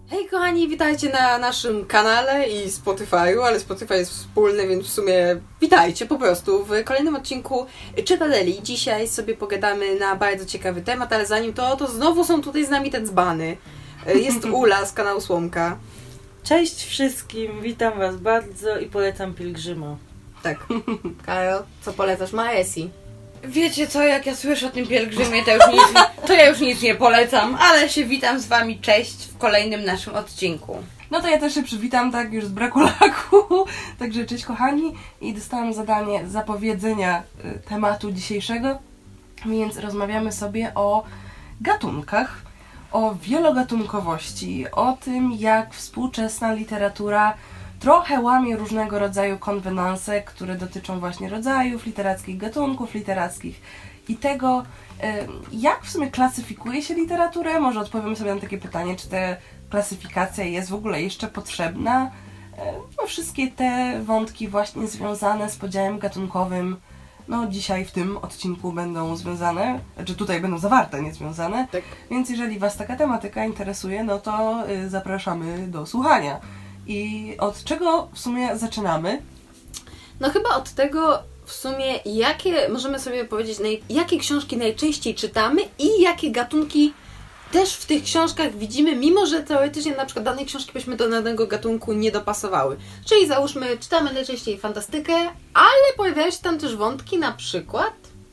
Hej kochani, witajcie na naszym kanale i Spotify'u, ale Spotify jest wspólny, więc w sumie witajcie po prostu w kolejnym odcinku Czytadeli. Dzisiaj sobie pogadamy na bardzo ciekawy temat, ale zanim to znowu są tutaj z nami te dzbany. Jest Ula z kanału Słomka. Cześć wszystkim, witam was bardzo i polecam Pielgrzyma. Tak. Karol, co polecasz? Maesi. Wiecie co, jak ja słyszę o tym pielgrzymie, to ja już nic nie polecam, ale się witam z wami, cześć, w kolejnym naszym odcinku. No to ja też się przywitam, tak, już z braku laku. Także cześć kochani i dostałam zadanie zapowiedzenia tematu dzisiejszego, więc rozmawiamy sobie o gatunkach, o wielogatunkowości, o tym jak współczesna literatura trochę łamie różnego rodzaju konwenanse, które dotyczą właśnie rodzajów literackich, gatunków literackich i tego, jak w sumie klasyfikuje się literaturę. Może odpowiemy sobie na takie pytanie, czy ta klasyfikacja jest w ogóle jeszcze potrzebna. No, wszystkie te wątki właśnie związane z podziałem gatunkowym, no dzisiaj w tym odcinku będą związane, znaczy tutaj będą zawarte, nie związane. Tak. Więc jeżeli was taka tematyka interesuje, no to zapraszamy do słuchania. I od czego w sumie zaczynamy? No chyba od tego w sumie, jakie, możemy sobie powiedzieć, jakie książki najczęściej czytamy i jakie gatunki też w tych książkach widzimy, mimo że teoretycznie na przykład danej książki byśmy do danego gatunku nie dopasowały. Czyli załóżmy, czytamy najczęściej fantastykę, ale pojawiają się tam też wątki na przykład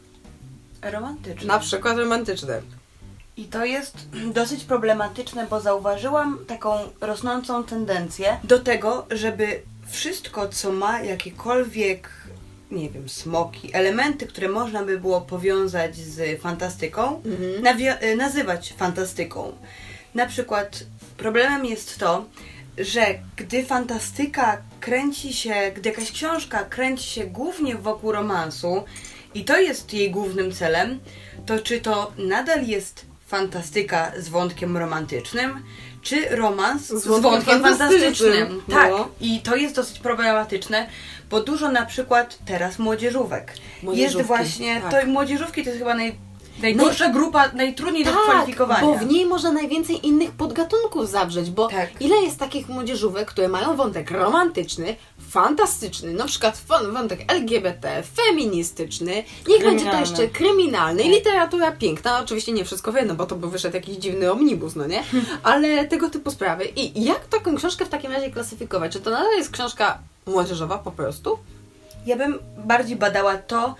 romantyczne. I to jest dosyć problematyczne, bo zauważyłam taką rosnącą tendencję do tego, żeby wszystko, co ma jakiekolwiek, nie wiem, smoki, elementy, które można by było powiązać z fantastyką, nazywać fantastyką. Na przykład problemem jest to, że gdy fantastyka gdy jakaś książka kręci się głównie wokół romansu i to jest jej głównym celem, to czy to nadal jest fantastyka z wątkiem romantycznym, czy romans z wątkiem fantastycznym. No. Tak, i to jest dosyć problematyczne, bo dużo na przykład teraz młodzieżówek. Jest właśnie, tak. Młodzieżówki to jest chyba najgorsza grupa, najtrudniej do kwalifikowania. Bo w niej można najwięcej innych podgatunków zawrzeć, bo Tak. ile jest takich młodzieżówek, które mają wątek romantyczny, fantastyczny, na przykład wątek LGBT, feministyczny, niech będzie to jeszcze kryminalny i literatura piękna, oczywiście nie wszystko w jedno, bo to by wyszedł jakiś dziwny omnibus, no nie? Ale tego typu sprawy. I jak taką książkę w takim razie klasyfikować? Czy to nadal jest książka młodzieżowa po prostu? Ja bym bardziej badała to,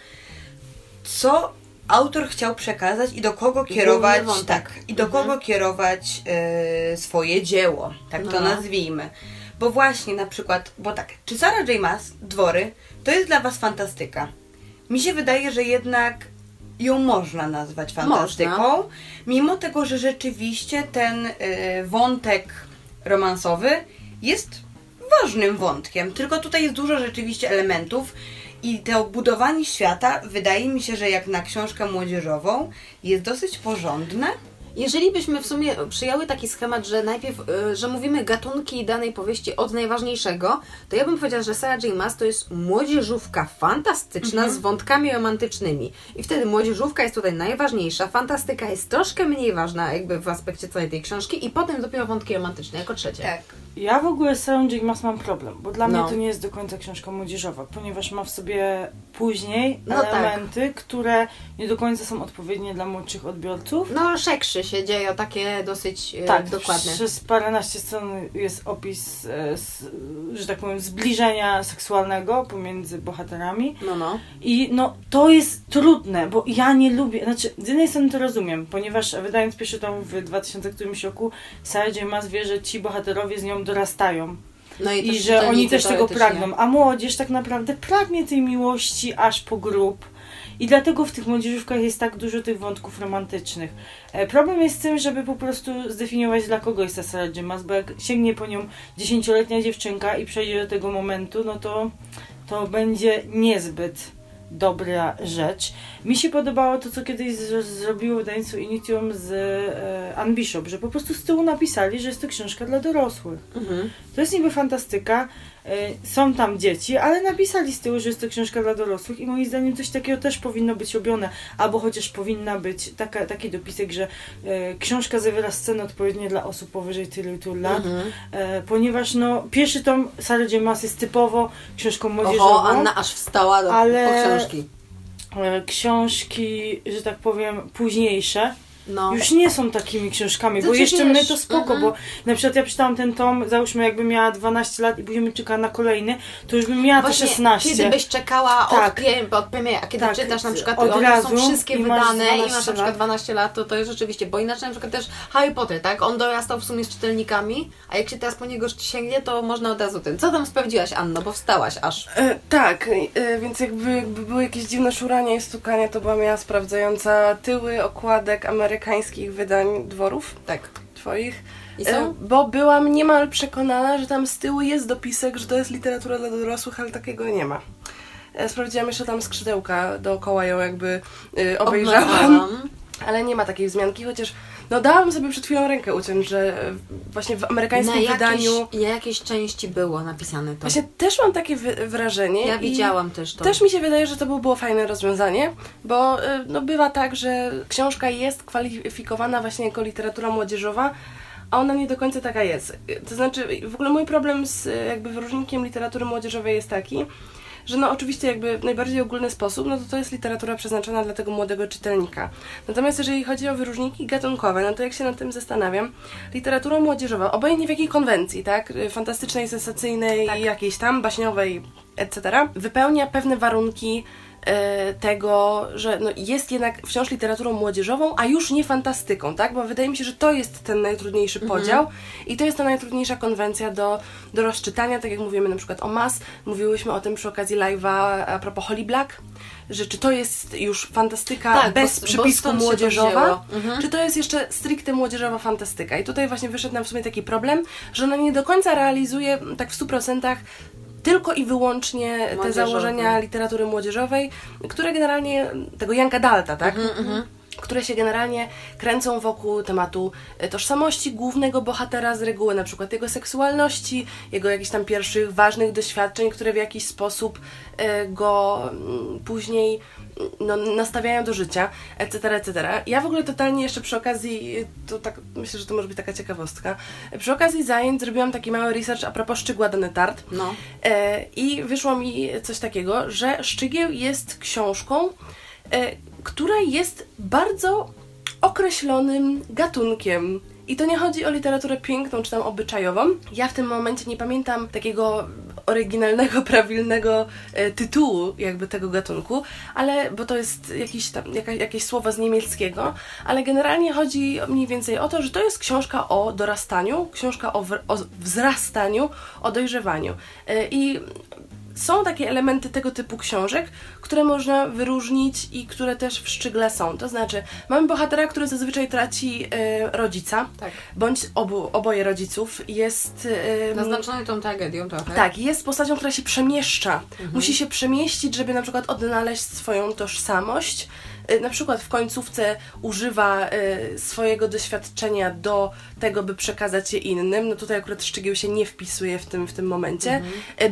co autor chciał przekazać i do kogo kierować, kogo kierować swoje dzieło, tak to nazwijmy. Bo właśnie na przykład, czy Sarah J. Maas, Dwory, to jest dla was fantastyka? Mi się wydaje, że jednak ją można nazwać fantastyką, mimo tego, że rzeczywiście ten wątek romansowy jest ważnym wątkiem, tylko tutaj jest dużo rzeczywiście elementów i to budowanie świata wydaje mi się, że jak na książkę młodzieżową jest dosyć porządne. Jeżeli byśmy w sumie przyjęły taki schemat, że najpierw, że mówimy gatunki danej powieści od najważniejszego, to ja bym powiedziała, że Sarah J. Maas to jest młodzieżówka fantastyczna z wątkami romantycznymi. I wtedy młodzieżówka jest tutaj najważniejsza, fantastyka jest troszkę mniej ważna jakby w aspekcie całej tej książki i potem dopiero wątki romantyczne jako trzecie. Tak. Ja w ogóle z Sarah J. Maas mam problem, bo dla mnie to nie jest do końca książka młodzieżowa, ponieważ ma w sobie później elementy, które nie do końca są odpowiednie dla młodszych odbiorców. No szekszy się dzieją takie dosyć dokładne. Przez paręnaście stron jest opis, że tak powiem, zbliżenia seksualnego pomiędzy bohaterami. I to jest trudne, bo ja nie lubię, znaczy z jednej strony to rozumiem, ponieważ wydając pierwszy tom w 2000 którymś roku, Sarah J. Maas wie, że ci bohaterowie z nią dorastają. No i że oni też tego pragną, a młodzież tak naprawdę pragnie tej miłości aż po grób. I dlatego w tych młodzieżówkach jest tak dużo tych wątków romantycznych. Problem jest z tym, żeby po prostu zdefiniować, dla kogo jest ta Sarah J. Maas, bo jak sięgnie po nią 10-letnia dziewczynka i przejdzie do tego momentu, no to będzie niezbyt dobra rzecz. Mi się podobało to, co kiedyś zrobiło wydawnictwo Initium z Anne Bishop, że po prostu z tyłu napisali, że jest to książka dla dorosłych. To jest niby fantastyka, są tam dzieci, ale napisali z tyłu, że jest to książka dla dorosłych i moim zdaniem coś takiego też powinno być robione, albo chociaż powinna być taki dopisek, że książka zawiera sceny odpowiednie dla osób powyżej tylu lat, ponieważ pierwszy tom Sarah J. Maas jest typowo książką młodzieżową. Anna aż wstała po książki. Książki, że tak powiem, późniejsze już nie są takimi książkami, bo jeszcze mnie to spoko, bo na przykład ja przeczytałam ten tom, załóżmy jakbym miała 12 lat i później bym czekała na kolejny, to już bym miała te 16. Kiedy byś czekała od premiery, a kiedy czytasz na przykład, one są wszystkie wydane i masz na przykład 12 lat, to jest rzeczywiście, bo inaczej na przykład też Harry Potter, tak? On dorastał w sumie z czytelnikami, a jak się teraz po niego sięgnie, to można od razu Co tam sprawdziłaś, Anno, bo wstałaś aż. Więc jakby były jakieś dziwne szuranie i stukanie, to byłam ja sprawdzająca tyły okładek amerykańskich wydań dworów. Tak. Twoich. I co? Bo byłam niemal przekonana, że tam z tyłu jest dopisek, że to jest literatura dla dorosłych, ale takiego nie ma. Sprawdziłam jeszcze tam skrzydełka, dookoła ją jakby obejrzałam. Ale nie ma takiej wzmianki, chociaż dałam sobie przed chwilą rękę uciąć, że właśnie w amerykańskim wydaniu... jakieś części było napisane to. Właśnie też mam takie wrażenie. Ja widziałam też to. Też mi się wydaje, że to było fajne rozwiązanie, bo bywa tak, że książka jest kwalifikowana właśnie jako literatura młodzieżowa, a ona nie do końca taka jest. To znaczy, w ogóle mój problem z jakby wyróżnikiem literatury młodzieżowej jest taki, że oczywiście jakby w najbardziej ogólny sposób, to jest literatura przeznaczona dla tego młodego czytelnika. Natomiast jeżeli chodzi o wyróżniki gatunkowe, to jak się nad tym zastanawiam, literatura młodzieżowa, obojętnie w jakiej konwencji, tak, fantastycznej, sensacyjnej, jakiejś tam, baśniowej, etc., wypełnia pewne warunki tego, że jest jednak wciąż literaturą młodzieżową, a już nie fantastyką, tak? Bo wydaje mi się, że to jest ten najtrudniejszy podział i to jest ta najtrudniejsza konwencja do rozczytania, tak jak mówimy na przykład o Maas, mówiłyśmy o tym przy okazji live'a a propos Holly Black, że czy to jest już fantastyka bez przypisku młodzieżowa, czy to jest jeszcze stricte młodzieżowa fantastyka. I tutaj właśnie wyszedł nam w sumie taki problem, że ona nie do końca realizuje tak w 100% tylko i wyłącznie te założenia literatury młodzieżowej, które generalnie, tego young adulta, tak? Które się generalnie kręcą wokół tematu tożsamości głównego bohatera z reguły, na przykład jego seksualności, jego jakichś tam pierwszych ważnych doświadczeń, które w jakiś sposób go później nastawiają do życia, etc., etc. Ja w ogóle totalnie jeszcze przy okazji, to tak myślę, że to może być taka ciekawostka, przy okazji zajęć zrobiłam taki mały research a propos Szczygła Donetart i wyszło mi coś takiego, że Szczygieł jest książką, która jest bardzo określonym gatunkiem. I to nie chodzi o literaturę piękną czy tam obyczajową. Ja w tym momencie nie pamiętam takiego oryginalnego, prawilnego tytułu jakby tego gatunku, bo to jest jakieś słowo z niemieckiego, ale generalnie chodzi mniej więcej o to, że to jest książka o dorastaniu, książka o wzrastaniu, o dojrzewaniu. I są takie elementy tego typu książek, które można wyróżnić i które też w Szczygle są. To znaczy, mamy bohatera, który zazwyczaj traci rodzica, bądź oboje rodziców. Jest naznaczony tą tragedią trochę. Tak, jest postacią, która się przemieszcza. Musi się przemieścić, żeby na przykład odnaleźć swoją tożsamość. Na przykład w końcówce używa swojego doświadczenia do tego, by przekazać je innym. Tutaj akurat Szczygieł się nie wpisuje w tym momencie.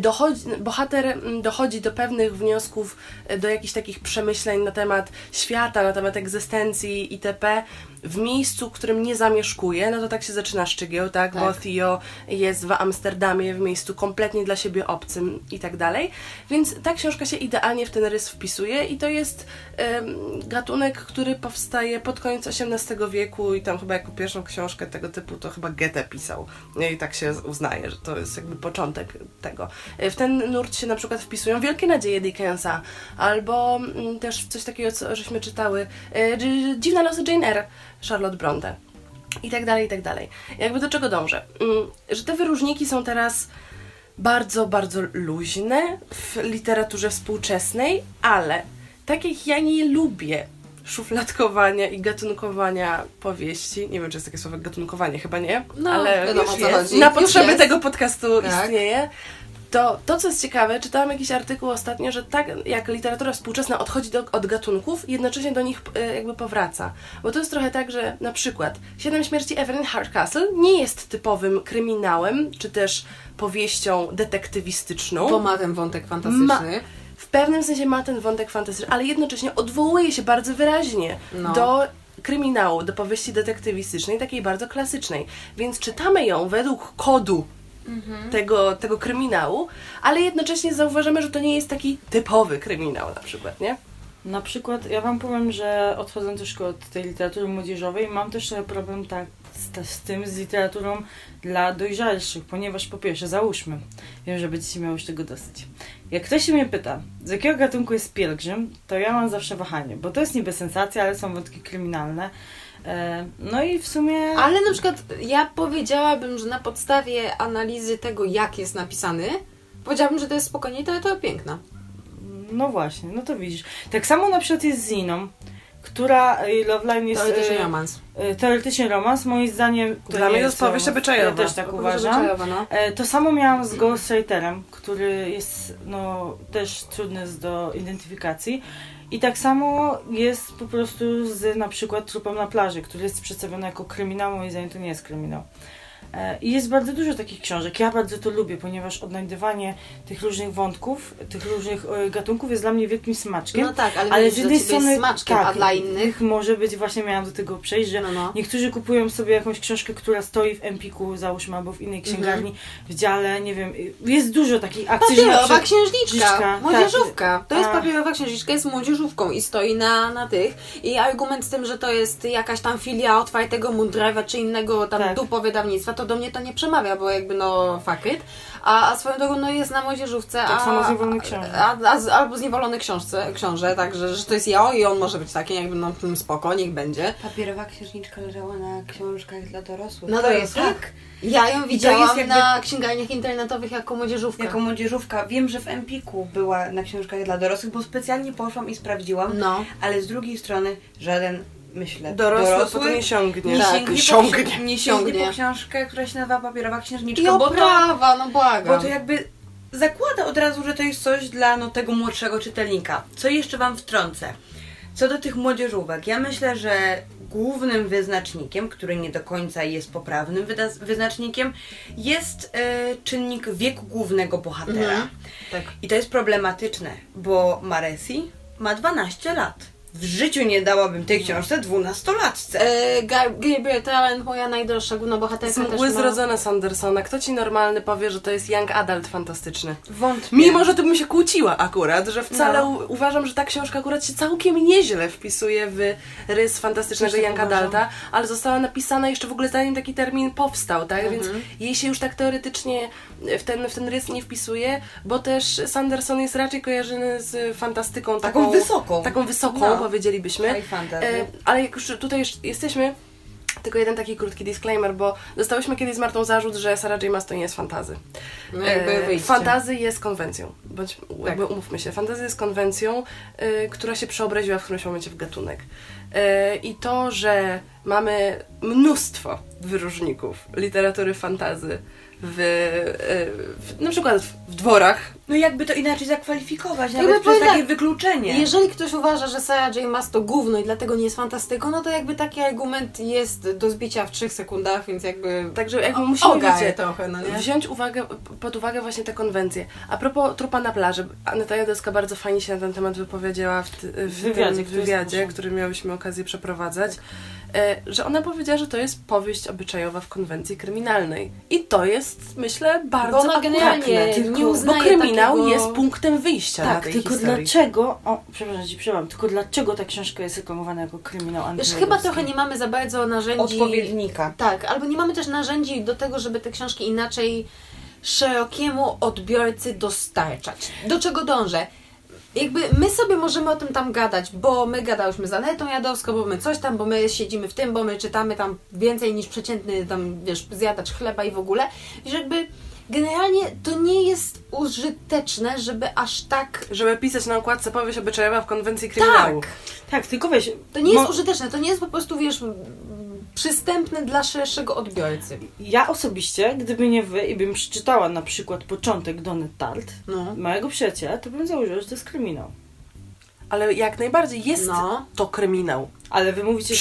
Bohater dochodzi do pewnych wniosków, do jakichś takich przemyśleń na temat świata, na temat egzystencji itp. w miejscu, w którym nie zamieszkuje. To tak się zaczyna Szczygieł, tak? Bo Theo jest w Amsterdamie, w miejscu kompletnie dla siebie obcym i tak dalej. Więc ta książka się idealnie w ten rys wpisuje i to jest gatunek, który powstaje pod koniec XVIII wieku i tam chyba jako pierwszą książkę tego typu to chyba Goethe pisał. I tak się uznaje, że to jest jakby początek tego. W ten nurt się na przykład wpisują Wielkie nadzieje Dickensa, albo też coś takiego, co żeśmy czytały, Dziwne losy Jane Eyre, Charlotte Bronte. I tak dalej, i tak dalej. Jakby do czego dążę? Że te wyróżniki są teraz bardzo, bardzo luźne w literaturze współczesnej, ale tak jak ja nie lubię szufladkowania i gatunkowania powieści, nie wiem, czy jest takie słowo gatunkowanie, chyba nie, ale wiadomo, już jest. Na potrzeby tego podcastu istnieje. To, co jest ciekawe, czytałam jakiś artykuł ostatnio, że tak jak literatura współczesna odchodzi od gatunków, jednocześnie do nich jakby powraca. Bo to jest trochę tak, że na przykład 7 śmierci Evelyn Hardcastle nie jest typowym kryminałem, czy też powieścią detektywistyczną. Bo ma ten wątek fantastyczny. W pewnym sensie ma ten wątek fantastyczny, ale jednocześnie odwołuje się bardzo wyraźnie do kryminału, do powieści detektywistycznej, takiej bardzo klasycznej. Więc czytamy ją według kodu tego kryminału, ale jednocześnie zauważamy, że to nie jest taki typowy kryminał na przykład, nie? Na przykład, ja wam powiem, że odchodząc troszkę od tej literatury młodzieżowej, mam też problem z tym, z literaturą dla dojrzalszych, ponieważ po pierwsze, załóżmy, wiem, że będziecie miały już tego dosyć. Jak ktoś się mnie pyta, z jakiego gatunku jest Pielgrzym, to ja mam zawsze wahanie, bo to jest niby sensacja, ale są wątki kryminalne. No i w sumie... Ale na przykład ja powiedziałabym, że na podstawie analizy tego, jak jest napisany, powiedziałabym, że to jest spokojnie to piękna. No właśnie, no to widzisz. Tak samo na przykład jest z Ziną, która Love Line jest... Teoretycznie romans. Teoretycznie romans, moim zdaniem... Dla mnie to jest powieść obyczajowa. Ja też tak uważam. To samo miałam z Ghostwriterem, który jest też trudny do identyfikacji. I tak samo jest po prostu z na przykład Trupem na plaży, który jest przedstawiony jako kryminał, moim zdaniem to nie jest kryminał. I jest bardzo dużo takich książek. Ja bardzo to lubię, ponieważ odnajdywanie tych różnych wątków, tych różnych gatunków jest dla mnie wielkim smaczkiem. No tak, ale z jednej strony smaczkiem, a dla innych może być, właśnie miałam do tego przejść, że niektórzy kupują sobie jakąś książkę, która stoi w Empiku, załóżmy, albo w innej księgarni, w dziale, nie wiem, jest dużo takich akcji. Papierowa księżniczka, młodzieżówka. To jest papierowa księżniczka, jest młodzieżówką i stoi na tych. I argument z tym, że to jest jakaś tam filia otwartego Moondrive'a czy innego tam dupo wydawnictwa, to do mnie to nie przemawia, bo jakby fuck it. A swoją drogą jest na młodzieżówce, tak samo zniewolony książę. Albo zniewolony książę, także że to jest i on może być taki, jakby spoko, niech będzie. Papierowa księżniczka leżała na książkach dla dorosłych. No to jest tak. Ja ją widziałam na księgarniach internetowych jako młodzieżówka. Jako młodzieżówka. Wiem, że w Empiku była na książkach dla dorosłych, bo specjalnie poszłam i sprawdziłam, ale z drugiej strony żaden, myślę, dorosły to nie sięgnie. Nie sięgnie po książkę, która się nazywa Papierowa księżniczka. Błagam. Bo to jakby zakłada od razu, że to jest coś dla tego młodszego czytelnika. Co jeszcze wam wtrącę? Co do tych młodzieżówek, ja myślę, że głównym wyznacznikiem, który nie do końca jest poprawnym wyznacznikiem, jest czynnik wieku głównego bohatera. Tak. I to jest problematyczne, bo Maresi ma 12 lat. W życiu nie dałabym tej książce 12-latce. Gabriel Tarrant, moja najdroższa główna bohaterka, też mgły zrodzone Sandersona. Kto ci normalny powie, że to jest young adult fantastyczny? Wątpię. Mimo, że to bym się kłóciła akurat, że wcale uważam, że ta książka akurat się całkiem nieźle wpisuje w rys fantastycznego young adulta, ale została napisana jeszcze w ogóle zanim taki termin powstał, tak? Więc jej się już tak teoretycznie w ten rys nie wpisuje, bo też Sanderson jest raczej kojarzony z fantastyką taką wysoką. Powiedzielibyśmy. Ale jak już tutaj jesteśmy, tylko jeden taki krótki disclaimer, bo dostałyśmy kiedyś z Martą zarzut, że Sarah J. Maas to nie jest fantasy. Fantasy jest konwencją, bądź jakby umówmy się, fantasy jest konwencją, która się przeobraziła w którymś momencie w gatunek. I to, że mamy mnóstwo wyróżników literatury fantasy na przykład w dworach. No jakby to inaczej zakwalifikować, nawet przez takie wykluczenie. Jeżeli ktoś uważa, że Sarah J. Maas to gówno i dlatego nie jest fantastyką, no to jakby taki argument jest do zbicia w 3 sekundach, więc jakby... Także jakby musimy trochę, wziąć pod uwagę właśnie te konwencje. A propos Trupa na plaży, Aneta Jodowska bardzo fajnie się na ten temat wypowiedziała w wywiadzie, który miałyśmy okazję przeprowadzać, że ona powiedziała, że to jest powieść obyczajowa w konwencji kryminalnej. I to jest, myślę, bardzo generalnie nie uznaje bo kryminał jest punktem wyjścia na tej tylko historii. Dlaczego, tylko dlaczego ta książka jest reklamowana jako kryminał antyrojowski? Wiesz, chyba trochę nie mamy za bardzo narzędzi... Odpowiednika. Tak, albo nie mamy też narzędzi do tego, żeby te książki inaczej szerokiemu odbiorcy dostarczać. Do czego dążę? Jakby my sobie możemy o tym tam gadać, bo my gadałyśmy z Anetą Jadowską, bo my coś tam, bo my siedzimy w tym, bo my czytamy tam więcej niż przeciętny tam, zjadacz chleba i w ogóle. I że jakby generalnie to nie jest użyteczne, żeby aż tak... Żeby pisać na okładce powieść obyczajowa w konwencji kryminału. Tak, tylko weź... To nie jest użyteczne, to nie jest po prostu, przystępny dla szerszego odbiorcy. Ja osobiście, gdyby nie wy i bym przeczytała na przykład początek Donny Tart, mojego przyjaciela, to bym założyła, że to jest kryminał. Ale jak najbardziej jest to kryminał. Ale wy mówicie,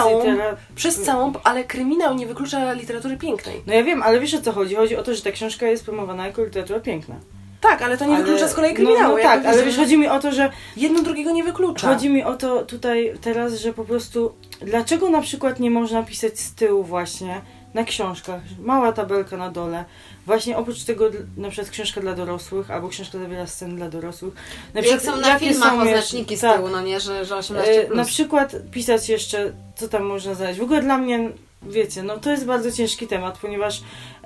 przez całą, ale kryminał nie wyklucza literatury pięknej. No ja wiem, ale wiesz o co chodzi? Chodzi o to, że ta książka jest promowana jako literatura piękna. Tak, ale to nie wyklucza z kolei kryminału. No tak, ale wiesz, chodzi mi o to, że jedno drugiego nie wyklucza. Chodzi mi o to tutaj teraz, że po prostu dlaczego na przykład nie można pisać z tyłu właśnie na książkach, mała tabelka na dole, właśnie oprócz tego na przykład książka dla dorosłych, albo książka zawiera scen dla dorosłych. Na przykład jak są na filmach oznaczniki z tyłu, no nie, że 18+. Na przykład pisać jeszcze, co tam można znaleźć. W ogóle dla mnie, wiecie, no to jest bardzo ciężki temat, ponieważ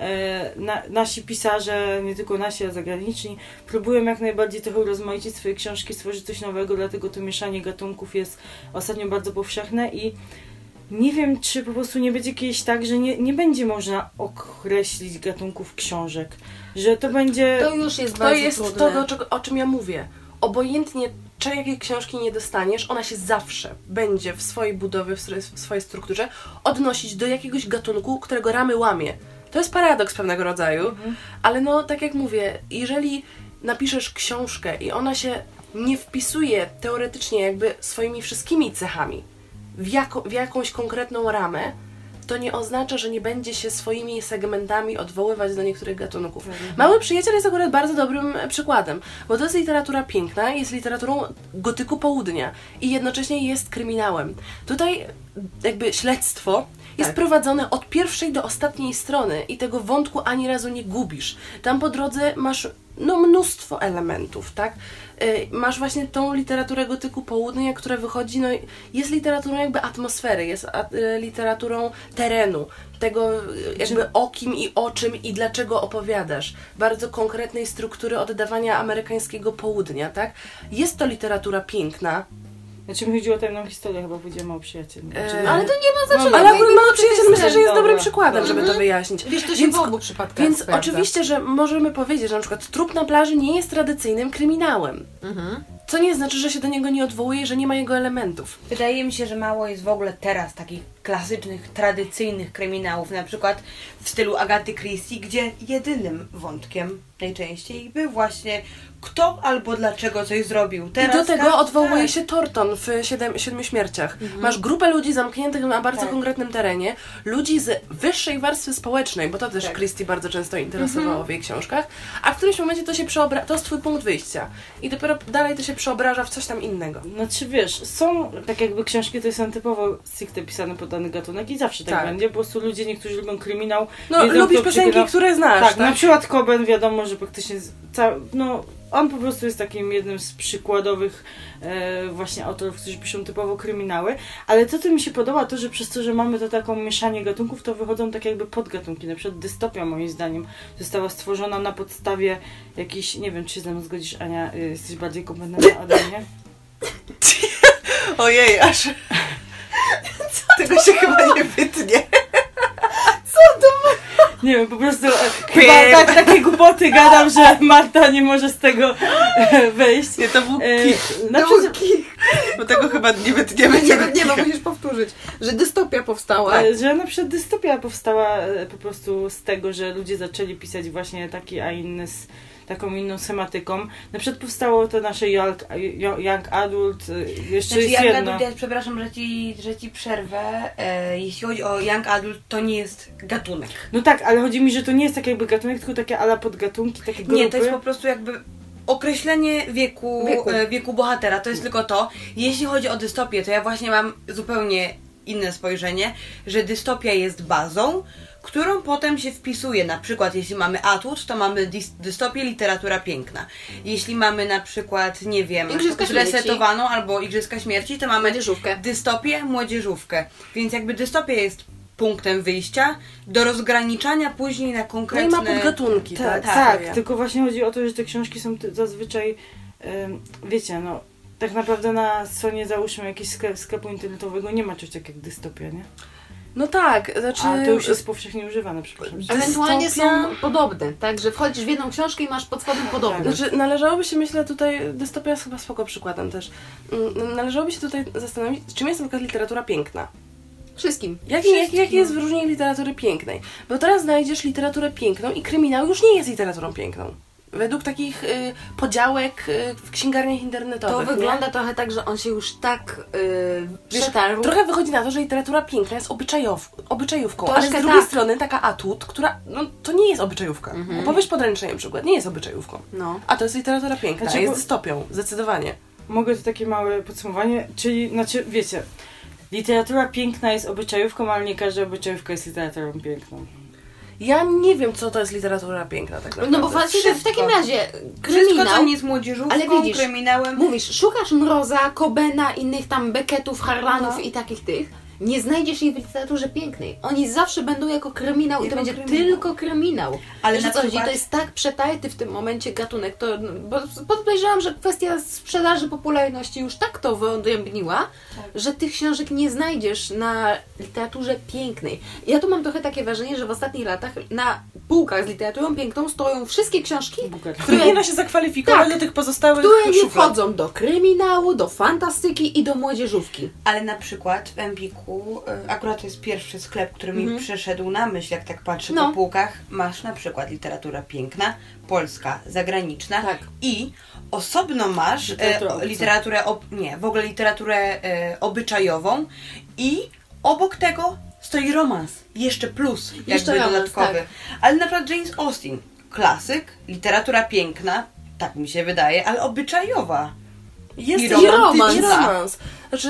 nasi pisarze, nie tylko nasi, ale zagraniczni, próbują jak najbardziej trochę urozmaicić swoje książki, stworzyć coś nowego, dlatego to mieszanie gatunków jest ostatnio bardzo powszechne i nie wiem, czy po prostu nie będzie kiedyś tak, że nie będzie można określić gatunków książek, że to będzie... To już jest bardzo trudne. To jest to, o czym ja mówię. Obojętnie, jakiej książki nie dostaniesz, ona się zawsze będzie w swojej budowie, w swojej strukturze odnosić do jakiegoś gatunku, którego ramy łamie. To jest paradoks pewnego rodzaju, ale no, tak jak mówię, jeżeli napiszesz książkę i ona się nie wpisuje teoretycznie jakby swoimi wszystkimi cechami w jakąś konkretną ramę, to nie oznacza, że nie będzie się swoimi segmentami odwoływać do niektórych gatunków. Mały Przyjaciel jest akurat bardzo dobrym przykładem, bo to jest literatura piękna, jest literaturą gotyku południa i jednocześnie jest kryminałem. Tutaj jakby śledztwo jest prowadzone od pierwszej do ostatniej strony i tego wątku ani razu nie gubisz. Tam po drodze masz mnóstwo elementów, tak? Masz właśnie tą literaturę gotyku południa, która wychodzi, jest literaturą jakby atmosfery, jest literaturą terenu, tego jakby o kim i o czym i dlaczego opowiadasz. Bardzo konkretnej struktury oddawania amerykańskiego południa, tak? Jest to literatura piękna. Znaczy mi chodziło o tajemną historię, chyba powiedziałem o Przyjacielu. Ale to nie ma znaczenia. Ale akurat Mały Przyjaciel myślę, że jest dobrym przykładem, żeby to wyjaśnić. Wiesz, to się w obu przypadkach Więc sprawdza. oczywiście, że możemy powiedzieć, że na przykład Trup na plaży nie jest tradycyjnym kryminałem. Co nie znaczy, że się do niego nie odwołuje, że nie ma jego elementów. Wydaje mi się, że mało jest w ogóle teraz takich klasycznych, tradycyjnych kryminałów, na przykład w stylu Agaty Christie, gdzie jedynym wątkiem najczęściej był właśnie kto albo dlaczego coś zrobił. Teraz i do tego odwołuje się Thornton w Siedmiu Śmierciach. Masz grupę ludzi zamkniętych na bardzo konkretnym terenie, ludzi z wyższej warstwy społecznej, bo to też Christie bardzo często interesowało w jej książkach, a w którymś momencie to się to jest twój punkt wyjścia. I dopiero dalej to się przeobraża w coś tam innego. Znaczy wiesz, są tak jakby książki, które są typowo stricte pisane pod dany gatunek i zawsze tak będzie, po prostu ludzie, niektórzy lubią kryminał. Lubisz piosenki, które znasz. Tak, na przykład Coben, wiadomo, że praktycznie on po prostu jest takim jednym z przykładowych właśnie autorów, którzy piszą typowo kryminały, ale to, co mi się podoba, to, że przez to, że mamy to taką mieszanie gatunków, to wychodzą tak jakby podgatunki. Na przykład dystopia, moim zdaniem, została stworzona na podstawie jakiejś, nie wiem, czy się ze mną zgodzisz, Ania, jesteś bardziej kompetentna ode mnie? Ojej, aż... Tego się chyba nie wytnie. Nie wiem, po prostu chyba takie głupoty gadam, że Marta nie może z tego wyjść. Nie, to był kich. Bo tego chyba nie wytniemy. Nie, musisz powtórzyć, że dystopia powstała. Że na przykład dystopia powstała po prostu z tego, że ludzie zaczęli pisać właśnie taki, a inny z taką inną sematyką. Na przykład powstało to nasze Young Adult, jeszcze jest jedno. Adult, ja przepraszam, że ci przerwę. Jeśli chodzi o Young Adult, to nie jest gatunek. No tak, ale chodzi mi, że to nie jest tak jakby gatunek, tylko takie ala podgatunki, takie grupy. Nie, to jest po prostu jakby określenie wieku bohatera. To jest tylko to. Jeśli chodzi o dystopię, to ja właśnie mam zupełnie inne spojrzenie, że dystopia jest bazą, którą potem się wpisuje. Na przykład jeśli mamy atut, to mamy dystopię, literatura piękna. Jeśli mamy na przykład, nie wiem, zresetowaną albo Igrzyska Śmierci, to mamy dystopię, młodzieżówkę. Więc jakby dystopia jest punktem wyjścia do rozgraniczania później na konkretne... No i ma podgatunki. Tak, tylko właśnie chodzi o to, że te książki są zazwyczaj, wiecie, tak naprawdę na stronie, załóżmy, jakiegoś sklepu internetowego nie ma czegoś takiego jak dystopia, nie? No tak, znaczy... A to już jest powszechnie używane, przepraszam. Ewentualnie są podobne, tak? Że wchodzisz w jedną książkę i masz pod spodem podobne. Znaczy, należałoby się, myślę, tutaj... Dystopia jest chyba spoko przykładem też. Należałoby się tutaj zastanowić, czym jest na przykład literatura piękna. Wszystkim. Jakie jest wyróżnienie literatury pięknej? Bo teraz znajdziesz literaturę piękną i kryminał już nie jest literaturą piękną. Według takich podziałek w księgarniach internetowych. To wygląda trochę tak, że on się już tak przetarł. Trochę wychodzi na to, że literatura piękna jest obyczajówką, ale z drugiej strony taka atut, która, to nie jest obyczajówka. Opowieść podręczna na przykład nie jest obyczajówką. No. A to jest literatura piękna, jest dystopią, zdecydowanie. Mogę tu takie małe podsumowanie, czyli, wiecie, literatura piękna jest obyczajówką, ale nie każda obyczajówka jest literaturą piękną. Ja nie wiem, co to jest literatura piękna tak naprawdę. No bo właśnie w takim razie kryminał... Wszystko, co nie jest młodzieżówką, ale widzisz, kryminałem... Mówisz, szukasz Mroza, Cobena, innych tam Becketów, Harlanów i takich tych. Nie znajdziesz jej w literaturze pięknej. Oni zawsze będą jako kryminał i to będzie tylko kryminał. Ale na przykład... to jest tak przetajty w tym momencie gatunek, to, bo podejrzewam, że kwestia sprzedaży popularności już tak to wyodrębniła, że tych książek nie znajdziesz na literaturze pięknej. Ja tu mam trochę takie wrażenie, że w ostatnich latach na półkach z literaturą piękną stoją wszystkie książki, które nie da się zakwalifikować do tych pozostałych które nie wchodzą do kryminału, do fantastyki i do młodzieżówki. Ale na przykład w Empiku akurat to jest pierwszy sklep, który mi przyszedł na myśl, jak tak patrzę po półkach. Masz na przykład literatura piękna, polska, zagraniczna i osobno masz literaturę obyczajową i obok tego stoi romans. Jeszcze plus, jakby dodatkowy. Tak. Ale na przykład Jane Austen, klasyk, literatura piękna, tak mi się wydaje, ale obyczajowa. Jest i romans. Znaczy...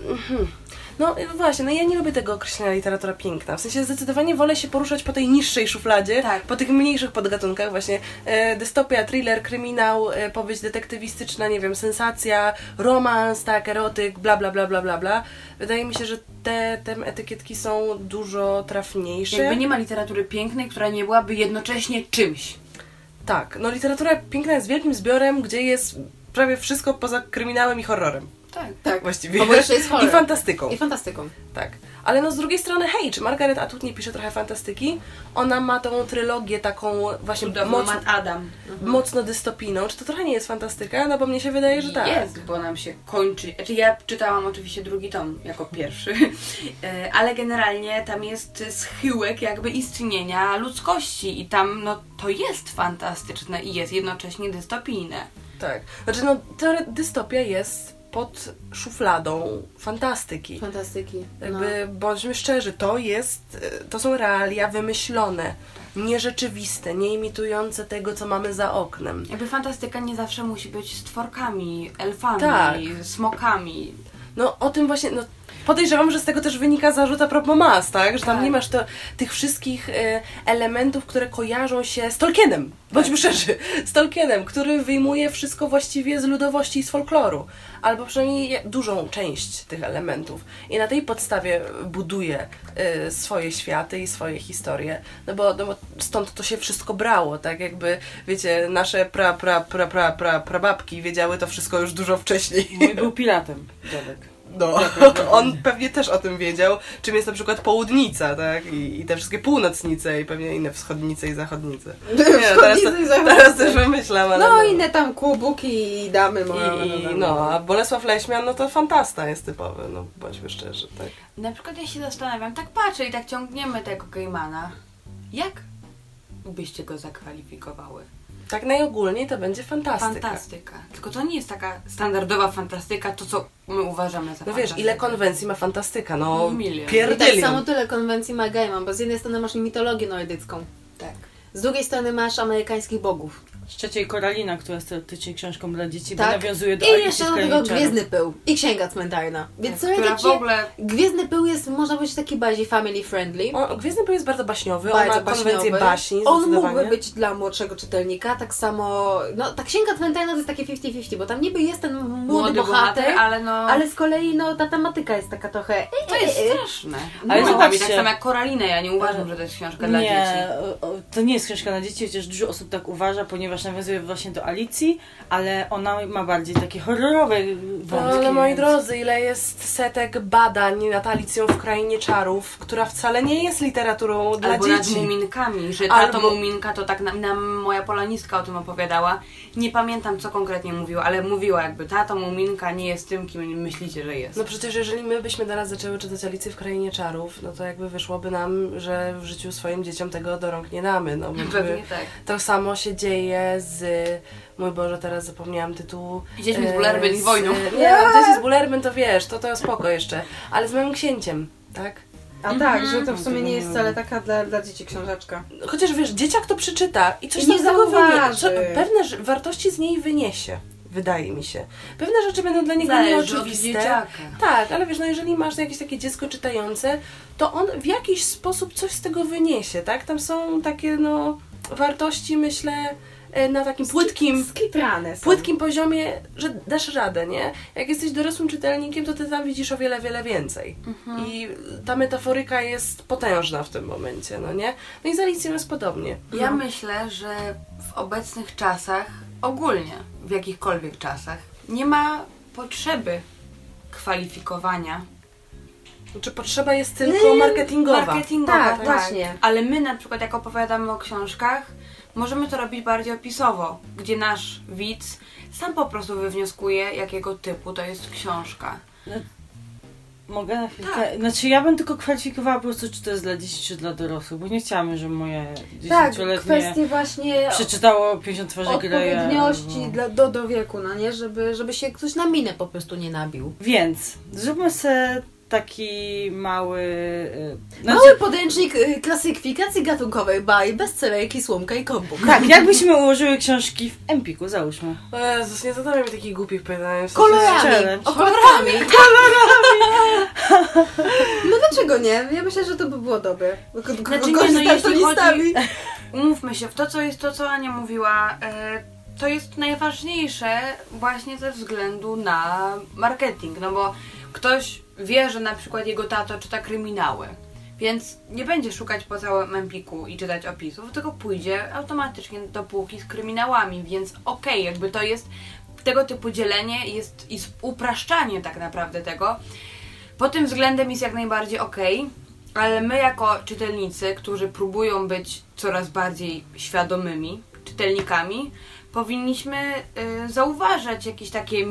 No właśnie, ja nie lubię tego określenia literatura piękna. W sensie zdecydowanie wolę się poruszać po tej niższej szufladzie, po tych mniejszych podgatunkach właśnie. Dystopia, thriller, kryminał, powieść detektywistyczna, nie wiem, sensacja, romans, erotyk, bla bla bla bla bla bla. Wydaje mi się, że te etykietki są dużo trafniejsze. Jakby nie ma literatury pięknej, która nie byłaby jednocześnie czymś. Tak, literatura piękna jest wielkim zbiorem, gdzie jest prawie wszystko poza kryminałem i horrorem. Tak. Właściwie. Bo jeszcze jest horror. I fantastyką. I fantastyką. Tak. Ale z drugiej strony, czy Margaret Atwood nie pisze trochę fantastyki? Ona ma tą trylogię taką właśnie mocno dystopijną. Czy to trochę nie jest fantastyka? No bo mnie się wydaje, że tak. Jest, bo nam się kończy. Znaczy ja czytałam oczywiście drugi tom jako pierwszy, ale generalnie tam jest schyłek jakby istnienia ludzkości i tam to jest fantastyczne i jest jednocześnie dystopijne. Tak. Znaczy dystopia jest pod szufladą fantastyki. Jakby, bądźmy szczerzy, to są realia wymyślone, nierzeczywiste, nie imitujące tego, co mamy za oknem. Jakby fantastyka nie zawsze musi być stworkami, elfami, smokami. O tym właśnie, podejrzewam, że z tego też wynika zarzut a propos mas, tak? Że tam nie masz tych wszystkich elementów, które kojarzą się z Tolkienem. Bądźmy szczerzy. Z Tolkienem, który wyjmuje wszystko właściwie z ludowości i z folkloru. Albo przynajmniej dużą część tych elementów. I na tej podstawie buduje swoje światy i swoje historie. No bo stąd to się wszystko brało, tak? Jakby, wiecie, nasze prababki wiedziały to wszystko już dużo wcześniej. Mój był piratem, dziadek. On pewnie też o tym wiedział, czym jest na przykład południca, tak? I te wszystkie północnice i pewnie inne wschodnice i zachodnice. Teraz też wymyślam, ale inne tam kłobuki i damy. A Bolesław Leśmian, to fantasta jest typowy, bądźmy szczerzy, tak? Na przykład ja się zastanawiam, tak patrzę i tak ciągniemy tego Gaimana. Jak byście go zakwalifikowały? Tak najogólniej to będzie fantastyka. Tylko to nie jest taka standardowa fantastyka, to co my uważamy za fantastykę. Wiesz, ile konwencji ma fantastyka? Milion. I tak samo tyle konwencji ma Gaiman, bo z jednej strony masz mitologię nordycką. Tak. Z drugiej strony masz amerykańskich bogów. Z trzeciej Koralina, która jest teoretycznie książką dla dzieci, bo nawiązuje do Alicji w Krainie Czarów. Gwiezdny Pył i Księga Cmentarna. Więc która w ogóle... Gwiezdny Pył jest, można powiedzieć, taki bardziej family friendly. Gwiezdny Pył jest bardzo baśniowy, on ma konwencję baśni. On mógłby być dla młodszego czytelnika, tak samo... ta Księga Cmentarna to jest takie 50-50, bo tam niby jest ten młody bohater, ale z kolei ta tematyka jest taka trochę... To jest straszne. Ale zobaczcie, tak samo jak Koralina, ja nie uważam, że to jest książka dla dzieci. To nie jest książka dla dzieci, chociaż dużo osób tak uważa, ponieważ ponieważ nawiązuje właśnie do Alicji, ale ona ma bardziej takie horrorowe wątki. No ale moi drodzy, ile jest setek badań nad Alicją w Krainie Czarów, która wcale nie jest literaturą dla albo dzieci. nad muminkami, że ta to muminka to tak nam moja polanistka o tym opowiadała. Nie pamiętam co konkretnie mówiła, ale mówiła jakby ta to muminka nie jest tym, kim myślicie, że jest. No przecież jeżeli my byśmy teraz zaczęły czytać Alicję w Krainie Czarów, no to jakby wyszłoby nam, że w życiu swoim dzieciom tego do rąk nie damy. No, pewnie tak. To samo się dzieje z... Mój Boże, teraz zapomniałam tytułu. Dziećmi z Bullerbyn i wojną. Nie, Dzieci z Bullerbyn to wiesz, to spoko jeszcze. Ale z Małym Księciem, tak? A tak, że to w sumie nie jest wcale taka dla dzieci książeczka. Chociaż wiesz, dzieciak to przeczyta i coś nie z tego zauważy. pewne wartości z niej wyniesie. Wydaje mi się. Pewne rzeczy będą dla niego nieoczywiste. Tak, ale wiesz, no jeżeli masz jakieś takie dziecko czytające, to on w jakiś sposób coś z tego wyniesie, tak? Tam są takie, no, wartości, myślę, na takim płytkim poziomie, że dasz radę, nie? Jak jesteś dorosłym czytelnikiem, to ty tam widzisz o wiele, wiele więcej. I ta metaforyka jest potężna w tym momencie, no nie? No i z Alicją jest podobnie. Ja myślę, że w obecnych czasach, ogólnie w jakichkolwiek czasach, nie ma potrzeby kwalifikowania. Znaczy potrzeba jest tylko marketingowa. Tak, właśnie. Ale my na przykład jak opowiadamy o książkach, możemy to robić bardziej opisowo, gdzie nasz widz sam po prostu wywnioskuje, jakiego typu to jest książka. Mogę na chwilkę? Tak. Znaczy ja bym tylko kwalifikowała po prostu, czy to jest dla dzieci, czy dla dorosłych, bo nie chciałam, żeby moje 10-letnie kwestie właśnie przeczytało 50 twarzy Greya. Odpowiedniości do wieku, no nie? Żeby się ktoś na minę po prostu nie nabił. Więc zróbmy sobie taki mały podręcznik klasyfikacji gatunkowej by bestsellerki Słomka i Kombuk. Tak, jakbyśmy ułożyły książki w Empiku, załóżmy. O Jezus, nie zadawaj mi takich głupich pytań. Kolorami. Kolorami. No dlaczego nie? Ja myślę, że to by było dobre. Znaczy nie, no jeśli chodzi... Umówmy się, w to, co Ania mówiła, to jest najważniejsze właśnie ze względu na marketing, no bo ktoś wie, że na przykład jego tato czyta kryminały, więc nie będzie szukać po całym Empiku i czytać opisów, tylko pójdzie automatycznie do półki z kryminałami, więc okej, jakby to jest tego typu dzielenie jest i upraszczanie tak naprawdę tego. Pod tym względem jest jak najbardziej okej, ale my jako czytelnicy, którzy próbują być coraz bardziej świadomymi czytelnikami, powinniśmy zauważać jakieś takie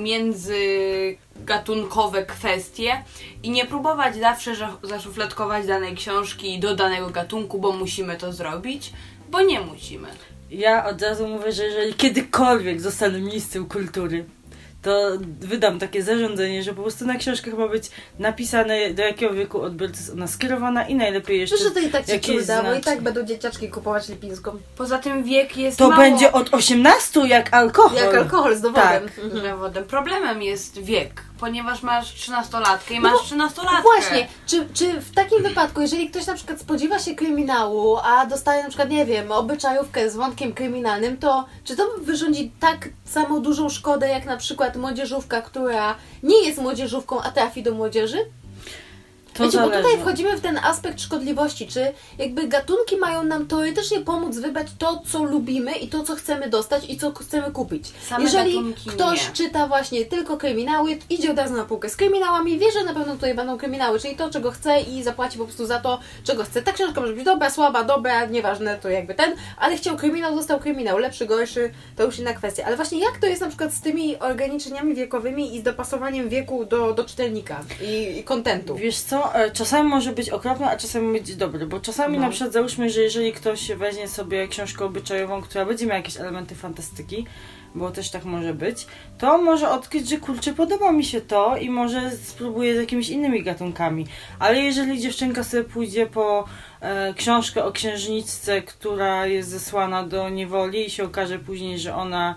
międzygatunkowe kwestie i nie próbować zawsze zaszufladkować danej książki do danego gatunku, bo musimy to zrobić, bo nie musimy. Ja od razu mówię, że jeżeli kiedykolwiek zostanę ministrem kultury, to wydam takie zarządzenie, że po prostu na książkach ma być napisane, do jakiego wieku odbiorcy jest ona skierowana i najlepiej jeszcze że to i tak ci ciulda, bo i tak będą dzieciaczki kupować Lipińską. Poza tym wiek jest to mało... będzie od 18 jak alkohol. Jak alkohol z dowodem. Tak, z dowodem. Problemem jest wiek, ponieważ masz 13-latkę i masz 13-latkę. Właśnie, czy w takim wypadku, jeżeli ktoś na przykład spodziewa się kryminału, a dostaje na przykład, nie wiem, obyczajówkę z wątkiem kryminalnym, to czy to wyrządzi tak samo dużą szkodę, jak na przykład młodzieżówka, która nie jest młodzieżówką, a trafi do młodzieży? Wiecie, bo tutaj wchodzimy w ten aspekt szkodliwości, czy jakby gatunki mają nam teoretycznie pomóc wybrać to, co lubimy i to, co chcemy dostać i co chcemy kupić. Same jeżeli ktoś czyta właśnie tylko kryminały, idzie od razu na półkę z kryminałami, wie, że na pewno tutaj będą kryminały, czyli to, czego chce i zapłaci po prostu za to, czego chce. Ta książka może być dobra, słaba, dobra, nieważne, to jakby ale chciał kryminał, dostał kryminał, lepszy, gorszy, to już inna kwestia. Ale właśnie jak to jest na przykład z tymi ograniczeniami wiekowymi i z dopasowaniem wieku do czytelnika i kontentu? Wiesz co? Czasami może być okropne, a czasami być dobry, bo czasami na przykład załóżmy, że jeżeli ktoś weźmie sobie książkę obyczajową, która będzie miała jakieś elementy fantastyki, bo też tak może być, to może odkryć, że kurczę, podoba mi się to i może spróbuje z jakimiś innymi gatunkami. Ale jeżeli dziewczynka sobie pójdzie po książkę o księżniczce, która jest zesłana do niewoli i się okaże później, że ona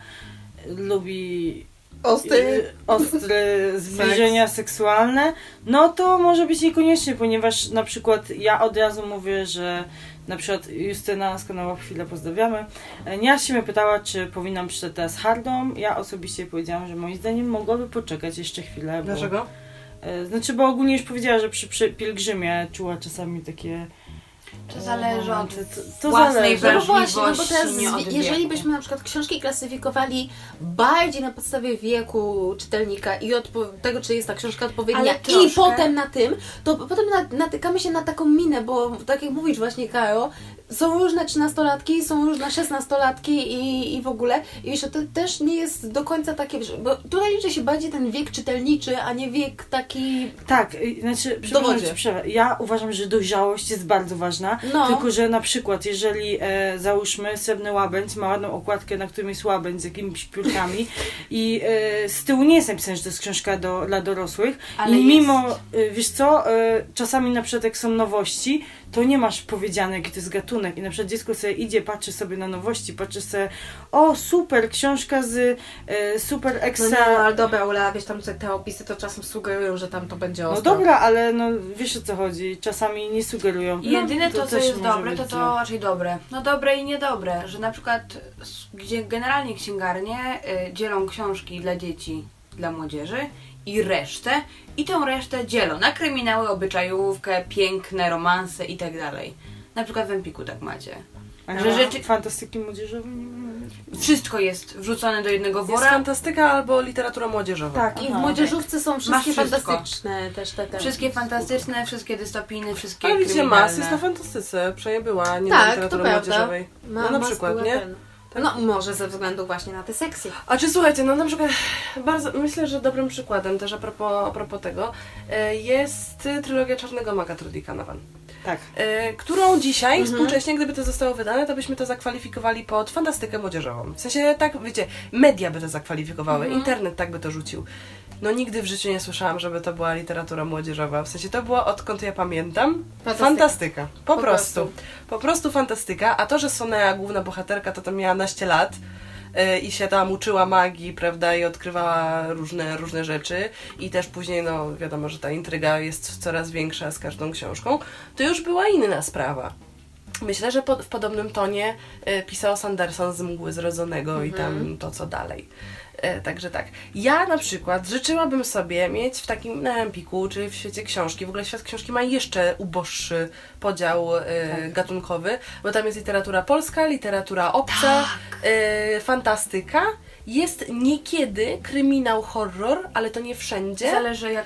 lubi ostre zbliżenia seksualne, no to może być niekoniecznie, ponieważ na przykład ja od razu mówię, że na przykład Justyna z kanału Chwilę pozdrawiamy, nieraz się mnie pytała, czy powinnam przeczytać teraz Hardą. Ja osobiście powiedziałam, że moim zdaniem mogłaby poczekać jeszcze chwilę. Dlaczego? Znaczy, bo ogólnie już powiedziała, że przy Pielgrzymie czuła czasami takie To zależy od to własnej zależy. wrażliwości. No bo teraz, jeżeli byśmy na przykład książki klasyfikowali bardziej na podstawie wieku czytelnika i od tego, czy jest ta książka odpowiednia i potem na tym, to potem natykamy się na taką minę, bo tak jak mówisz właśnie, Karo, są różne 13-latki, są różne 16-latki i w ogóle. I jeszcze to też nie jest do końca takie, bo tutaj liczy się bardziej ten wiek czytelniczy, a nie wiek taki... Tak, znaczy, ja uważam, że dojrzałość jest bardzo ważna, tylko że na przykład, jeżeli załóżmy Srebrny Łabędź ma ładną okładkę, na którym jest łabędź z jakimiś piórkami i z tyłu nie jest napisane, że to jest książka dla dorosłych, ale i mimo, wiesz co, czasami na przykład jak są nowości, to nie masz powiedziane, jaki to jest gatunek i na przykład dziecko sobie idzie, patrzy sobie na nowości, patrzy sobie, o super, książka z super ekstra... No nie, ale dobra, Ula, wiesz, tam te opisy to czasem sugerują, że tam to będzie ostro. No dobra, ale no wiesz o co chodzi, czasami nie sugerują. Jedyne to, co jest dobre, to raczej dobre. No dobre i niedobre, że na przykład gdzie generalnie księgarnie dzielą książki dla dzieci, dla młodzieży i resztę. I tą resztę dzielą na kryminały, obyczajówkę, piękne, romanse i tak dalej. Na przykład w Empiku tak macie. Że rzeczy... Fantastyki młodzieżowe? Wszystko jest wrzucone do jednego wora. Jest fantastyka albo literatura młodzieżowa. Tak, i w młodzieżówce są wszystkie fantastyczne też te. Wszystkie fantastyczne, wszystkie dystopijne, wszystkie ale widzicie, kryminalne. Mas jest na fantastyce, przynajmniej była, nie tak, na literaturze młodzieżowej. No na przykład, nie? Tak. No może ze względu właśnie na te sekcje. A czy słuchajcie, no na przykład bardzo, myślę, że dobrym przykładem też a propos tego jest trylogia Czarnego Maga Trudy Canavan. Tak. Którą dzisiaj, współcześnie, gdyby to zostało wydane, to byśmy to zakwalifikowali pod fantastykę młodzieżową. W sensie, tak, wiecie, media by to zakwalifikowały, internet tak by to rzucił. No nigdy w życiu nie słyszałam, żeby to była literatura młodzieżowa. W sensie to było, odkąd ja pamiętam, fantastyka. Po prostu fantastyka. A to, że Sonea, główna bohaterka, to miała naście lat i się tam uczyła magii, prawda, i odkrywała różne rzeczy i też później, no wiadomo, że ta intryga jest coraz większa z każdą książką, to już była inna sprawa. Myślę, że w podobnym tonie pisał Sanderson z Mgły Zrodzonego i tam to, co dalej. Także tak. Ja na przykład życzyłabym sobie mieć w takim na Empiku, czy w świecie książki, w ogóle świat książki ma jeszcze uboższy podział gatunkowy, bo tam jest literatura polska, literatura obca, fantastyka, jest niekiedy kryminał, horror, ale to nie wszędzie. Zależy jak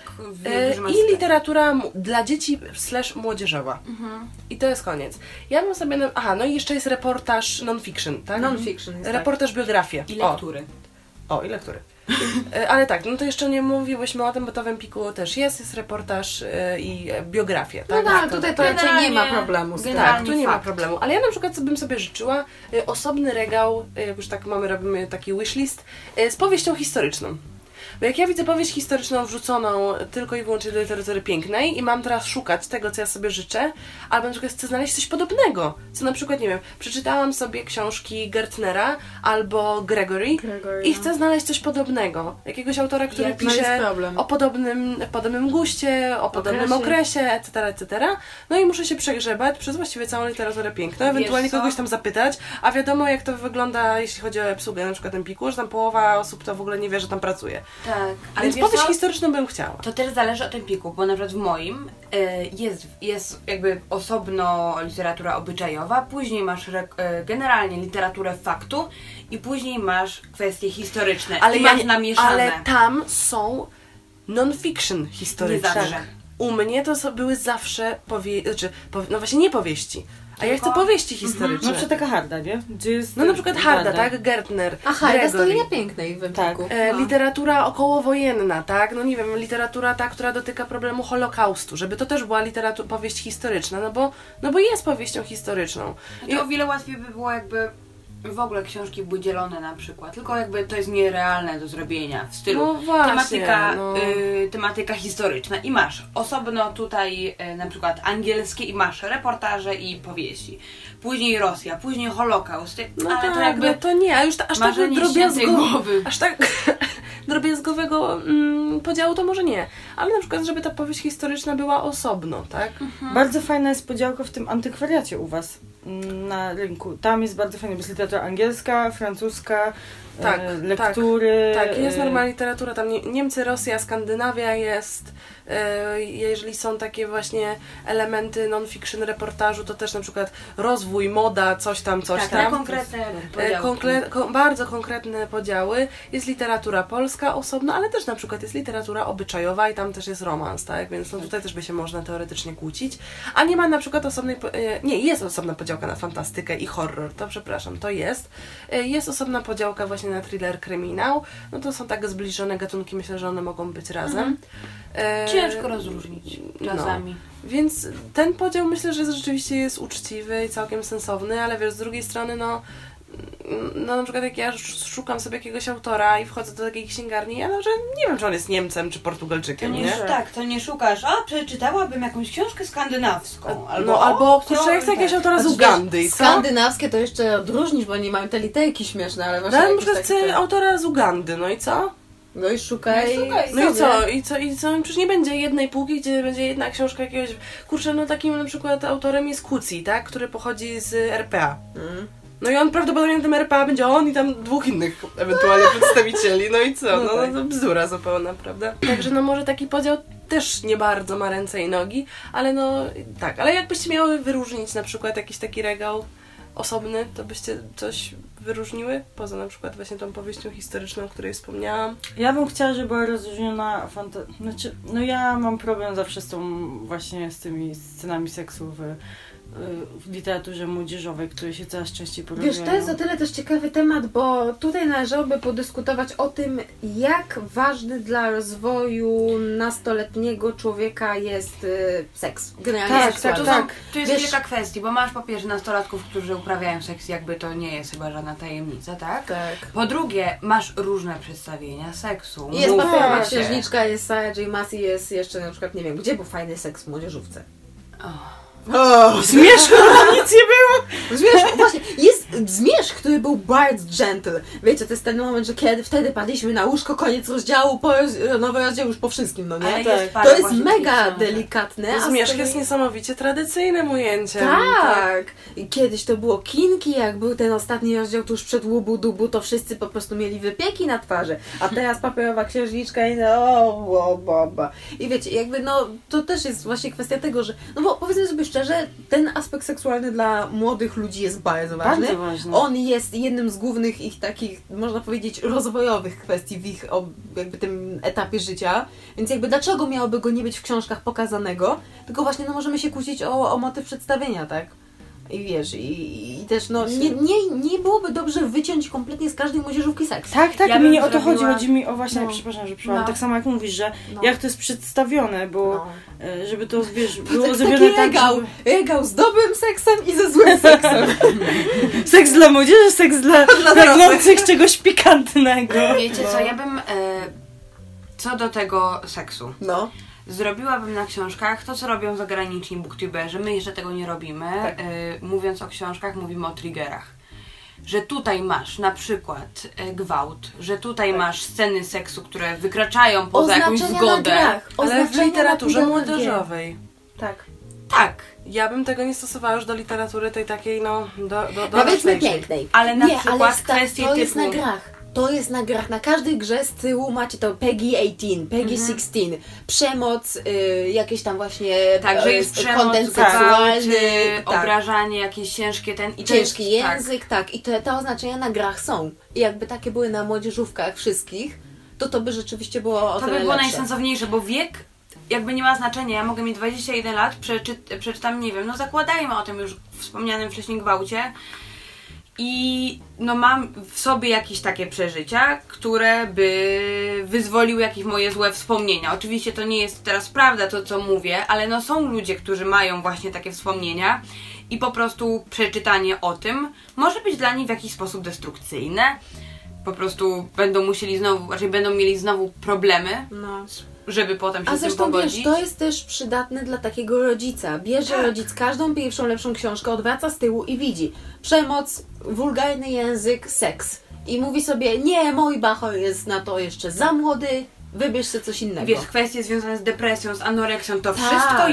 i literatura dla dzieci / młodzieżowa. I to jest koniec. Ja bym sobie... no i jeszcze jest reportaż non-fiction, tak? Non-fiction jest reportaż biografię. I lektury. I lektury. Ale tak, no to jeszcze nie mówiłyśmy o tym, bo to w Empiku też jest reportaż i biografia. Tak? No tak, tutaj to raczej nie ma problemu z tym. Tak, tu nie ma problemu. Ale ja na przykład bym sobie życzyła osobny regał, jak już tak robimy taki wishlist, z powieścią historyczną. Bo jak ja widzę powieść historyczną wrzuconą tylko i wyłącznie do literatury pięknej i mam teraz szukać tego, co ja sobie życzę, albo na przykład chcę znaleźć coś podobnego, co na przykład, nie wiem, przeczytałam sobie książki Gertnera albo Gregory i chcę znaleźć coś podobnego. Jakiegoś autora, który pisze o podobnym guście, o podobnym okresie, etc. No i muszę się przegrzebać przez właściwie całą literaturę piękną, ewentualnie kogoś tam zapytać, a wiadomo jak to wygląda, jeśli chodzi o obsługę na przykład Empiku, że tam połowa osób to w ogóle nie wie, że tam pracuje. Tak, ale więc powieść historyczną bym chciała. To też zależy od Empiku, bo na przykład w moim jest jakby osobno literatura obyczajowa, później masz generalnie literaturę faktu i później masz kwestie historyczne. Ale masz namieszane. Ale tam są non-fiction historyczne. Nie zawsze. U mnie to były zawsze no właśnie nie powieści. A ja chcę powieści historyczne. Na przykład taka Harda, nie? Gdzie jest na przykład Harda, tak? Gertner. A Harda stoi na pięknej w Empiku. Tak. Literatura okołowojenna, tak? No nie wiem, literatura ta, która dotyka problemu Holokaustu, żeby to też była powieść historyczna, no bo jest powieścią historyczną. To o wiele łatwiej by było jakby w ogóle książki były dzielone na przykład, tylko jakby to jest nierealne do zrobienia w stylu no właśnie, tematyka historyczna i masz osobno tutaj na przykład angielskie i masz reportaże i powieści. Później Rosja, później Holokaust, no ale tak, to jakby... No to nie, a już aż tak drobiazgowego podziału to może nie. Ale na przykład, żeby ta powieść historyczna była osobno, tak? Bardzo fajna jest podziałka w tym antykwariacie u Was. na rynku. Tam jest bardzo fajnie, bo jest literatura angielska, francuska, tak, lektury. Tak, jest normalna literatura, tam Niemcy, Rosja, Skandynawia jest. Jeżeli są takie właśnie elementy non-fiction reportażu, to też na przykład rozwój, moda, coś tam. Tak, konkretne podziały. Bardzo konkretne podziały. Jest literatura polska osobno, ale też na przykład jest literatura obyczajowa i tam też jest romans, tak? Więc no tutaj też by się można teoretycznie kłócić. A nie ma na przykład jest osobna podziałka na fantastykę i horror, to przepraszam, to jest. Jest osobna podziałka właśnie na thriller, kryminał. No to są tak zbliżone gatunki, myślę, że one mogą być razem. Ciężko rozróżnić czasami. Więc ten podział myślę, że rzeczywiście jest uczciwy i całkiem sensowny, ale wiesz, z drugiej strony no na przykład jak ja szukam sobie jakiegoś autora i wchodzę do takiej księgarni, ja że nie wiem, czy on jest Niemcem, czy Portugalczykiem, nie? Tak, to nie szukasz, przeczytałabym jakąś książkę skandynawską. Albo kurczę, jak jakiegoś autora z Ugandy. Skandynawskie to jeszcze odróżnisz, bo nie mają te literki śmieszne, ale właśnie... Ja na przykład chcę autora z Ugandy, no i co? No i szukaj. No i co? Przecież nie będzie jednej półki, gdzie będzie jedna książka jakiegoś... Kurczę, no takim na przykład autorem jest Kucji, tak? Który pochodzi z RPA. No i on prawdopodobnie na tym RPA będzie on i tam 2 innych ewentualnie przedstawicieli. No i co? No to bzdura zupełna, prawda? Także no może taki podział też nie bardzo ma ręce i nogi, ale no tak. Ale jakbyście miały wyróżnić na przykład jakiś taki regał osobny, to byście coś wyróżniły? Poza na przykład właśnie tą powieścią historyczną, o której wspomniałam. Ja bym chciała, żeby była rozróżniona no ja mam problem zawsze z tymi scenami seksu w literaturze młodzieżowej, które się coraz częściej pojawiają. Wiesz, to jest o tyle też ciekawy temat, bo tutaj należałoby podyskutować o tym, jak ważny dla rozwoju nastoletniego człowieka jest seks. Generalnie tak. Tu jest kilka kwestii, bo masz po pierwsze nastolatków, którzy uprawiają seks, jakby to nie jest chyba żadna tajemnica, tak? Tak. Po drugie, masz różne przedstawienia seksu. Jest papierowa księżniczka, jest Sarah J. Maas i jest jeszcze na przykład, nie wiem, gdzie był fajny seks w młodzieżówce. Zmierzch, nic nie było! Zmierzch, właśnie, jest Zmierzch, który był bardzo gentle. Wiecie, to jest ten moment, że kiedy wtedy padliśmy na łóżko, koniec rozdziału, nowy rozdział już po wszystkim, no nie? To jest mega delikatne. Zmierzch jest niesamowicie tradycyjnym ujęciem. Tak! I kiedyś to było kinki, jak był ten ostatni rozdział tuż przed łubu-dubu, to wszyscy po prostu mieli wypieki na twarzy. A teraz papierowa księżniczka i I wiecie, jakby to też jest właśnie kwestia tego, że, no bo powiedzmy sobie szczerze, ten aspekt seksualny dla młodych ludzi jest bardzo ważny. On jest jednym z głównych ich takich, można powiedzieć, rozwojowych kwestii w ich jakby tym etapie życia. Więc jakby dlaczego miałoby go nie być w książkach pokazanego? Tylko właśnie możemy się kłócić o motyw przedstawienia, tak? I wiesz, i też nie byłoby dobrze wyciąć kompletnie z każdej młodzieżówki seks. Tak, mi nie o to chodzi. Chodzi mi o właśnie, przepraszam, że przypomnę, tak samo jak mówisz, że jak to jest przedstawione, bo żeby to, wiesz, było zrobione tak, regał z dobrym seksem i ze złym seksem. Seks dla młodzieży, seks dla pragnących czegoś pikantnego. Wiecie co, ja bym co do tego seksu. Zrobiłabym na książkach to, co robią zagraniczni booktuberzy. My jeszcze tego nie robimy. Tak. Mówiąc o książkach, mówimy o triggerach. Że tutaj masz na przykład gwałt, że tutaj masz sceny seksu, które wykraczają poza jakąś zgodę. Ale w literaturze młodzieżowej. Tak. Ja bym tego nie stosowała już do literatury tej takiej, do powiedzmy pięknej. Ale na przykład kwestie to jest na grach. To jest na grach. Na każdej grze z tyłu macie to PEGI 18, PEGI 16, przemoc, jakieś tam właśnie że jest przemoc, seksualny, obrażanie, jakieś ciężkie ciężki język, tak. I te oznaczenia na grach są. I jakby takie były na młodzieżówkach wszystkich, to by rzeczywiście było o tyle To by było lepsze. najsensowniejsze, bo wiek jakby nie ma znaczenia. Ja mogę mieć 21 lat, przeczytam, nie wiem, zakładajmy o tym już wspomnianym wcześniej gwałcie. I mam w sobie jakieś takie przeżycia, które by wyzwoliły jakieś moje złe wspomnienia. Oczywiście to nie jest teraz prawda to, co mówię, ale są ludzie, którzy mają właśnie takie wspomnienia i po prostu przeczytanie o tym może być dla nich w jakiś sposób destrukcyjne. Po prostu będą mieli znowu problemy. Żeby potem się z tym pogodzić. Wiesz, to jest też przydatne dla takiego rodzica. Bierze rodzic każdą pierwszą, lepszą książkę, odwraca z tyłu i widzi przemoc, wulgarny język, seks. I mówi sobie, nie, mój bachor jest na to jeszcze za młody, wybierz sobie coś innego. Wiesz, kwestie związane z depresją, z anoreksją, to wszystko jest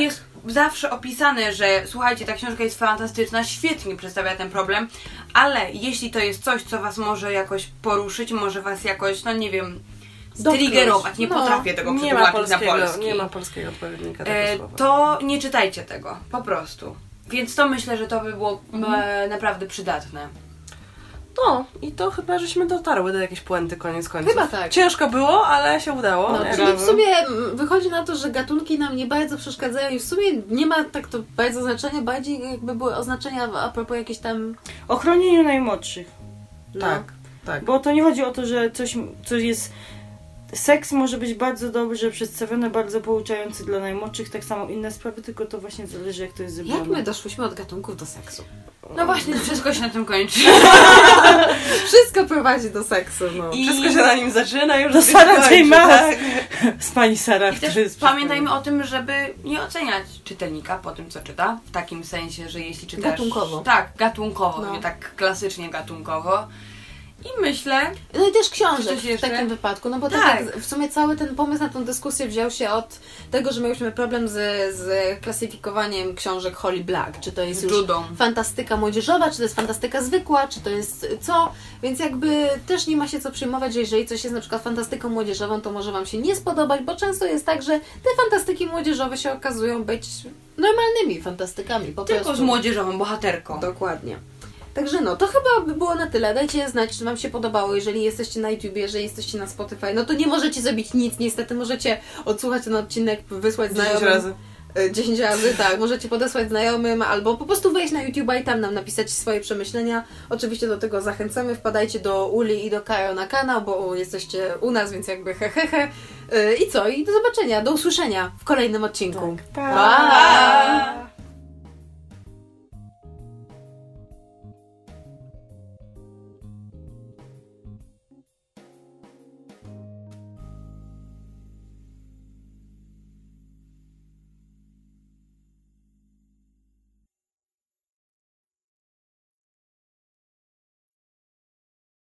zawsze opisane, że słuchajcie, ta książka jest fantastyczna, świetnie przedstawia ten problem, ale jeśli to jest coś, co was może jakoś poruszyć, może was jakoś, no nie wiem, striggerować, nie potrafię tego przetłumaczyć na polski. Nie ma polskiego odpowiednika tego słowa. To nie czytajcie tego, po prostu. Więc to myślę, że to by było naprawdę przydatne. No i to chyba żeśmy dotarły do jakiejś puenty koniec końców. Chyba tak. Ciężko było, ale się udało. No, czyli w sumie wychodzi na to, że gatunki nam nie bardzo przeszkadzają i w sumie nie ma tak to bardzo znaczenia, bardziej jakby były oznaczenia a propos jakichś tam... Ochronieniu najmłodszych. No. Tak. Bo to nie chodzi o to, że coś jest... Seks może być bardzo dobrze przedstawiony, bardzo pouczający dla najmłodszych, tak samo inne sprawy, tylko to właśnie zależy, jak to jest zrobione. Jak my doszłyśmy od gatunków do seksu? No właśnie, wszystko się na tym kończy. Wszystko prowadzi do seksu, no. I wszystko się na nim zaczyna już do Sarah J. Maas. Tak? Z pani Sarah. I też pamiętajmy o tym, żeby nie oceniać czytelnika po tym, co czyta. W takim sensie, że jeśli czytasz... Gatunkowo. Tak, gatunkowo, No. nie tak klasycznie gatunkowo. I myślę... No i też książek Coś w takim wypadku, no bo tak jak w sumie cały ten pomysł na tą dyskusję wziął się od tego, że mieliśmy problem z klasyfikowaniem książek Holly Black, czy to jest już fantastyka młodzieżowa, czy to jest fantastyka zwykła, czy to jest co, więc jakby też nie ma się co przyjmować, że jeżeli coś jest na przykład fantastyką młodzieżową, to może wam się nie spodobać, bo często jest tak, że te fantastyki młodzieżowe się okazują być normalnymi fantastykami, po Tylko prostu. z młodzieżową bohaterką. Dokładnie. Także no, to chyba by było na tyle. Dajcie znać, czy wam się podobało. Jeżeli jesteście na YouTubie, jeżeli jesteście na Spotify, no to nie możecie zrobić nic. Niestety możecie odsłuchać ten odcinek, wysłać znajomym. 10 razy. 10 razy, tak. Możecie podesłać znajomym albo po prostu wejść na YouTube'a i tam nam napisać swoje przemyślenia. Oczywiście do tego zachęcamy. Wpadajcie do Uli i do Kajo na kanał, bo jesteście u nas, więc jakby hehehe. I co? I do zobaczenia, do usłyszenia w kolejnym odcinku. Tak. Pa!